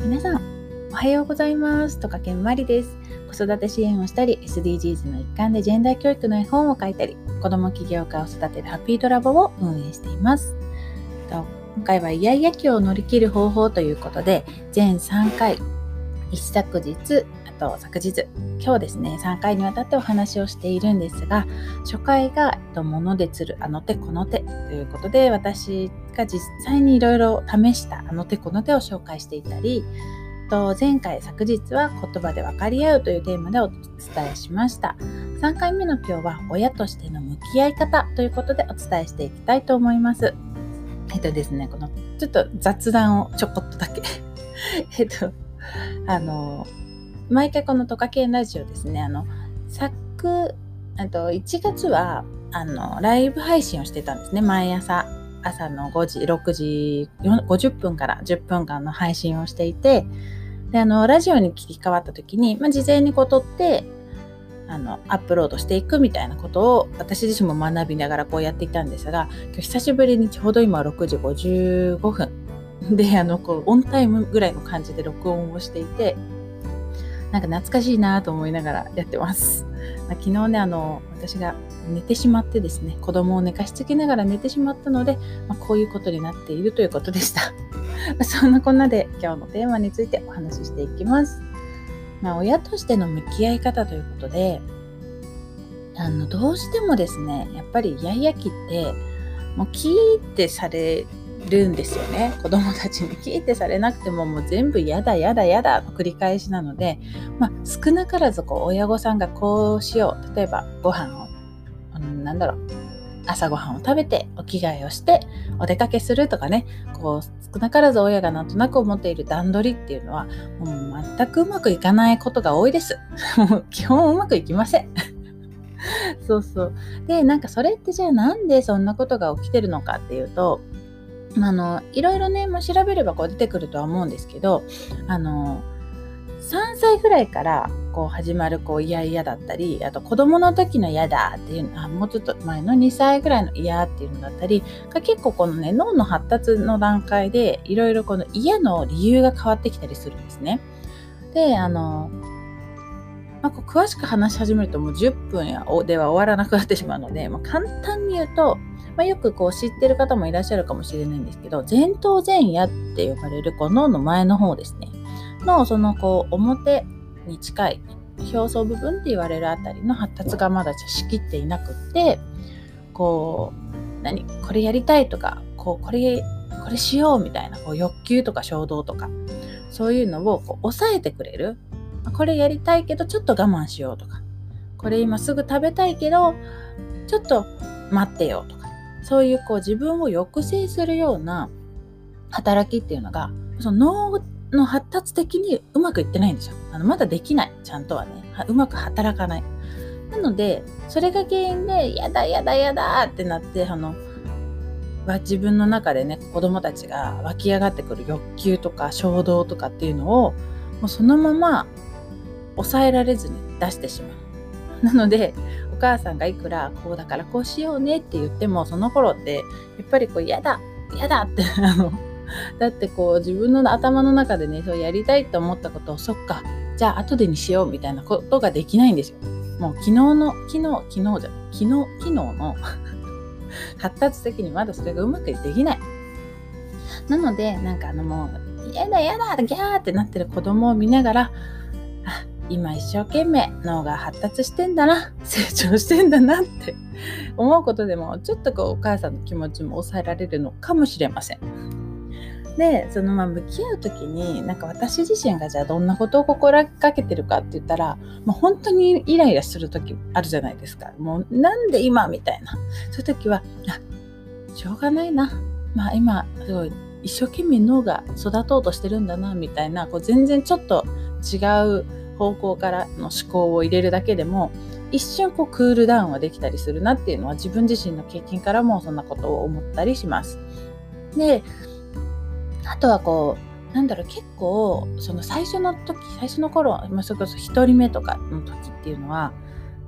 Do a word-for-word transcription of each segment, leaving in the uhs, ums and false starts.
皆さんおはようございます。とかけんまりです。子育て支援をしたり エスディージーズ の一環でジェンダー教育の絵本を書いたり、子ども起業家を育てるハッピードラボを運営しています。と今回はイヤイヤ期を乗り切る方法ということで、全さんかい、一昨日、あと昨日、今日ですね、さんかいにわたってお話をしているんですが、初回が物で釣るあの手この手ということで、私が実際にいろいろ試したあの手この手を紹介していたり、と前回昨日は言葉で分かり合うというテーマでお伝えしました。さんかいめの今日は親としての向き合い方ということでお伝えしていきたいと思います。えっとですね、このちょっと雑談をちょこっとだけえっとあの毎回このトカケンラジオですね、あの昨あといちがつはあのライブ配信をしてたんですね。毎朝朝のごじ、ろくじごじゅっぷんからじゅっぷんかんの配信をしていて、であのラジオに切り替わった時に、まあ、事前にこう撮ってあのアップロードしていくみたいなことを私自身も学びながらこうやっていたんですが、今日久しぶりにちょうど今ろくじごじゅうごふんであのこうオンタイムぐらいの感じで録音をしていて、なんか懐かしいなと思いながらやってます。まあ、昨日ねあの私が寝てしまってですね、子供を寝かしつけながら寝てしまったので、まあ、こういうことになっているということでした。そんなこんなで今日のテーマについてお話ししていきます。まあ、親としての向き合い方ということで、あのどうしてもですね、やっぱりイヤイヤ期ってもうキーってされるんですよね。子供たちにキーってされなくてももう全部やだやだやだの繰り返しなので、まあ、少なからずこう親御さんがこうしよう、例えばご飯を、うん、なんだろう朝ごはんを食べてお着替えをしてお出かけするとかね、こう少なからず親がなんとなく思っている段取りっていうのはもう全くうまくいかないことが多いです。もう基本うまくいきません。そうそうでなんかそれってじゃあなんでそんなことが起きてるのかっていうと、あのいろいろね、まあ、調べればこう出てくるとは思うんですけど、あのさんさいぐらいからこう始まるこうイヤイヤだったり、あと子供の時の嫌だっていうのはもうちょっと前のにさいぐらいの嫌っていうのだったりが、結構このね脳の発達の段階でいろいろこの嫌の理由が変わってきたりするんですね。であの、まあ、こう詳しく話し始めるともうじゅっぷんやでは終わらなくなってしまうので、まあ、簡単に言うと、まあ、よくこう知ってる方もいらっしゃるかもしれないんですけど、前頭前野って呼ばれるこう脳の前の方ですねのそのこう表に近い表層部分って言われるあたりの発達がまだしきっていなくって、こう何これやりたいとかこうこれこれしようみたいなこう欲求とか衝動とかそういうのをこう抑えてくれる、これやりたいけどちょっと我慢しようとか、これ今すぐ食べたいけどちょっと待ってよとか、そういうこう自分を抑制するような働きっていうのがその脳の発達的にうまくいってないんですよ。あのまだできない、ちゃんとはねうまく働かない。なのでそれが原因でやだやだやだってなって、あの自分の中でね子供たちが湧き上がってくる欲求とか衝動とかっていうのをもうそのまま抑えられずに出してしまう。なのでお母さんがいくらこうだからこうしようねって言っても、その頃ってやっぱりこうやだやだってあのだってこう自分の頭の中でねそうやりたいと思ったことをそっかじゃあ後でにしようみたいなことができないんですよ。もう昨日の昨日昨日じゃない昨日昨日の発達的にまだそれがうまくできない。なのでなんかあのもうやだやだギャーってなってる子供を見ながら、あ今一生懸命脳が発達してんだな、成長してんだなって思うことでもちょっとこうお母さんの気持ちも抑えられるのかもしれません。でそのまあ向き合う時になんか私自身がじゃあどんなことを心がけてるかって言ったら、もう本当にイライラする時あるじゃないですか。もうなんで今みたいな、そういう時はあしょうがないな、まあ今すごい一生懸命脳が育とうとしてるんだなみたいな、こう全然ちょっと違う方向からの思考を入れるだけでも一瞬こうクールダウンはできたりするなっていうのは自分自身の経験からもそんなことを思ったりします。であとはこうなんだろう結構その最初の時最初の頃、まあ、それこそ一人目とかの時っていうのは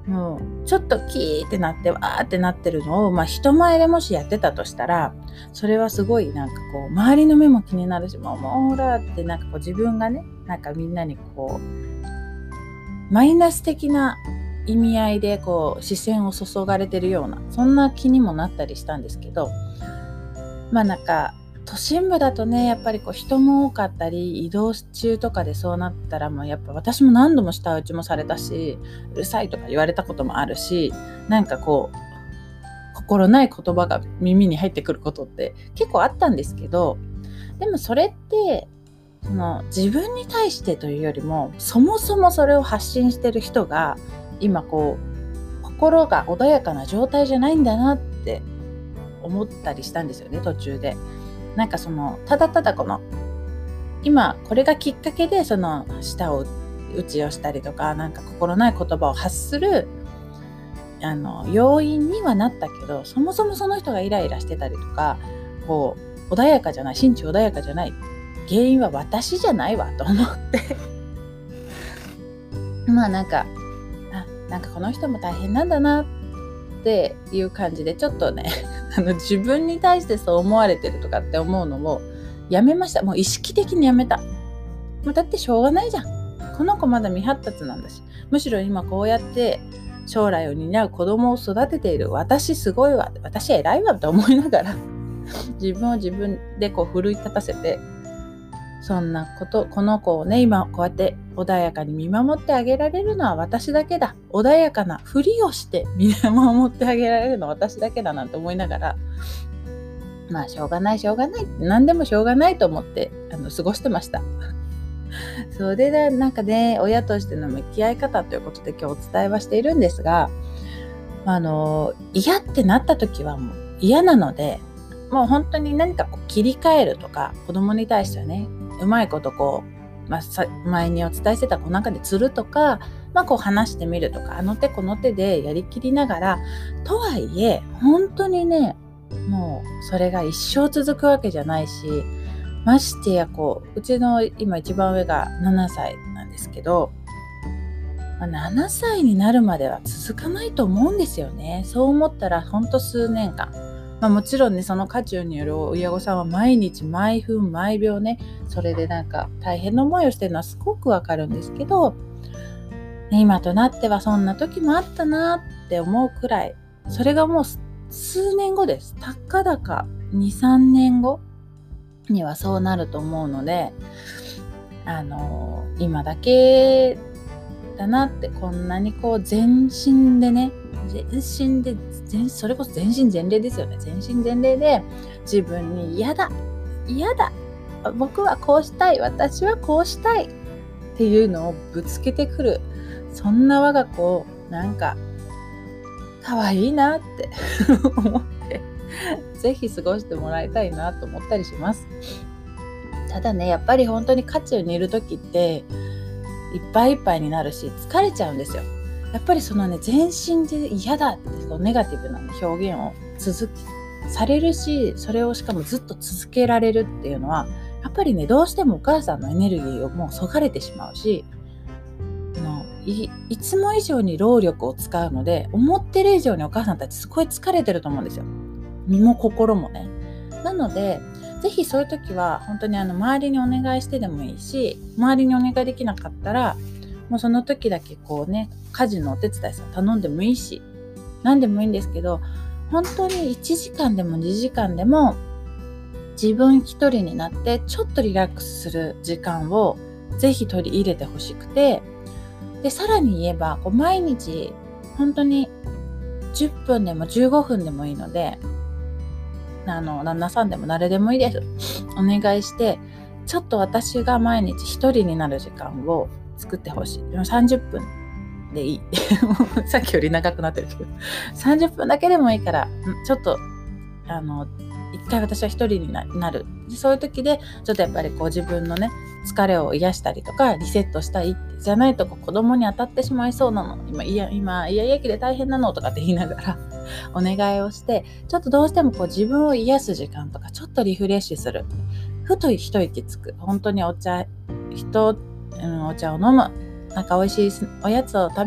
もうちょっとキーってなってわーってなってるのを、まあ、人前でもしやってたとしたら、それはすごいなんかこう周りの目も気になるし、もうもうほらってなんかこう自分がね、なんかみんなにこうマイナス的な意味合いでこう視線を注がれてるような、そんな気にもなったりしたんですけど、まあなんか都心部だとね、やっぱりこう人も多かったり、移動中とかでそうなったら、もうやっぱ私も何度も舌打ちもされたし、うるさいとか言われたこともあるし、なんかこう心ない言葉が耳に入ってくることって結構あったんですけど、でもそれってその自分に対してというよりも、そもそもそれを発信してる人が今こう心が穏やかな状態じゃないんだなって思ったりしたんですよね、途中で。なんかそのただただこの今これがきっかけでその舌を打ちをしたりとか、なんか心ない言葉を発するあの要因にはなったけど、そもそもその人がイライラしてたりとか、こう穏やかじゃない、心中穏やかじゃない原因は私じゃないわと思ってまあなんかあなんかこの人も大変なんだなっていう感じで、ちょっとねあの自分に対してそう思われてるとかって思うのをやめました。もう意識的にやめた。もうだってしょうがないじゃん。この子まだ未発達なんだし、むしろ今こうやって将来を担う子供を育てている私すごいわ、私偉いわと思いながら自分を自分でこう奮い立たせて、そんなこと、この子をね今こうやって穏やかに見守ってあげられるのは私だけだ、穏やかなふりをして見守ってあげられるのは私だけだなんて思いながら、まあしょうがないしょうがない何でもしょうがないと思ってあの過ごしてましたそれでなんかね、親としての向き合い方ということで今日お伝えはしているんですが、あの嫌ってなった時はもう嫌なので、もう本当に何かこう切り替えるとか、子供に対してはねうまいことこう、まあ、さ前にお伝えしてたこの中で釣るとか、まあ、こう話してみるとか、あの手この手でやりきりながら、とはいえ本当にねもうそれが一生続くわけじゃないし、ましてやこううちの今一番上がななさいなんですけど、まあ、ななさいになるまでは続かないと思うんですよね。そう思ったらほんと数年間、まあ、もちろんねその渦中による親御さんは毎日毎分毎秒ねそれでなんか大変な思いをしてるのはすごくわかるんですけど、今となってはそんな時もあったなって思うくらい、それがもう数年後です。たかだか にさんねんごにはそうなると思うので、あのー、今だけだなって、こんなにこう全身でね全身で全それこそ全身全霊ですよね。全身全霊で自分に嫌だ嫌だ僕はこうしたい、私はこうしたいっていうのをぶつけてくる、そんな我が子をなんか可愛いなって思ってぜひ過ごしてもらいたいなと思ったりします。ただねやっぱり本当に渦中にいる時っていっぱいいっぱいになるし疲れちゃうんですよ。やっぱりそのね全身で嫌だってそのネガティブな、ね、表現を続きされるし、それをしかもずっと続けられるっていうのはやっぱりねどうしてもお母さんのエネルギーをもうそがれてしまうし、の い, いつも以上に労力を使うので、思ってる以上にお母さんたちすごい疲れてると思うんですよ、身も心もね。なのでぜひそういう時は本当にあの周りにお願いしてでもいいし、周りにお願いできなかったらもうその時だけこうね家事のお手伝いさん頼んでもいいし、何でもいいんですけど、本当にいちじかんでもにじかんでも自分一人になってちょっとリラックスする時間をぜひ取り入れてほしくて、でさらに言えばこう毎日本当にじゅっぷんでもじゅうごふんでもいいので、あの旦那さんでも誰でもいいです、お願いしてちょっと私が毎日一人になる時間を作ってほしい。さんじゅっぷんでいいさっきより長くなってるけどさんじゅっぷんだけでもいいからちょっとあの一回私は一人になる。でそういう時でちょっとやっぱりこう自分のね疲れを癒したりとかリセットしたい、じゃないとこう子供に当たってしまいそうなの、今いや今イヤイヤ期で大変なのとかって言いながらお願いをして、ちょっとどうしてもこう自分を癒す時間とかちょっとリフレッシュする、ふと一息つく、本当にお茶人、うん、お茶を飲む、なんか美味しいおやつを食べる、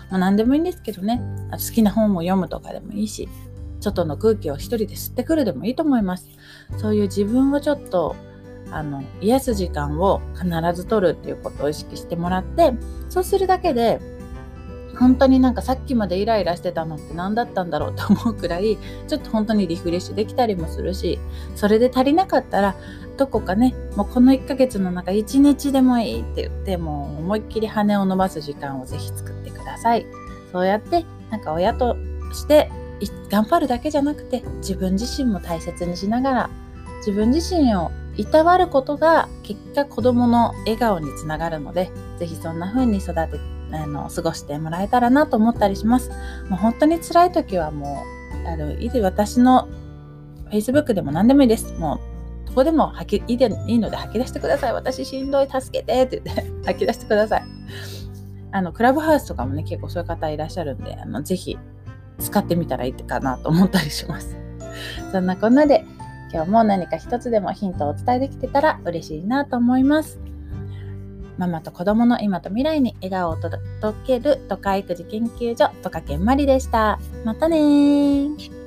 まあ、何でもいいんですけどね、好きな本を読むとかでもいいし、外の空気を一人で吸ってくるでもいいと思います。そういう自分をちょっとあの癒す時間を必ず取るっていうことを意識してもらって、そうするだけで本当になんかさっきまでイライラしてたのって何だったんだろうと思うくらい、ちょっと本当にリフレッシュできたりもするし、それで足りなかったらどこかね、もうこのいっかげつの中いちにちでもいいって言って、もう思いっきり羽を伸ばす時間をぜひ作ってください。そうやってなんか親として頑張るだけじゃなくて、自分自身も大切にしながら、自分自身をいたわることが結果子供の笑顔につながるので、ぜひそんな風に育てあの過ごしてもらえたらなと思ったりします。もう本当に辛い時はもうあのいい私の Facebook でも何でもいいです。もうどこでも吐きいいでいいので吐き出してください。私しんどい、助けてって言って吐き出してください。あのクラブハウスとかもね、結構そういう方いらっしゃるんで、あのぜひ使ってみたらいいかなと思ったりします。そんなこんなで今日も何か一つでもヒントをお伝えできてたら嬉しいなと思います。ママと子供の今と未来に笑顔を届ける都会育児研究所、とかけんまりでした。またねー。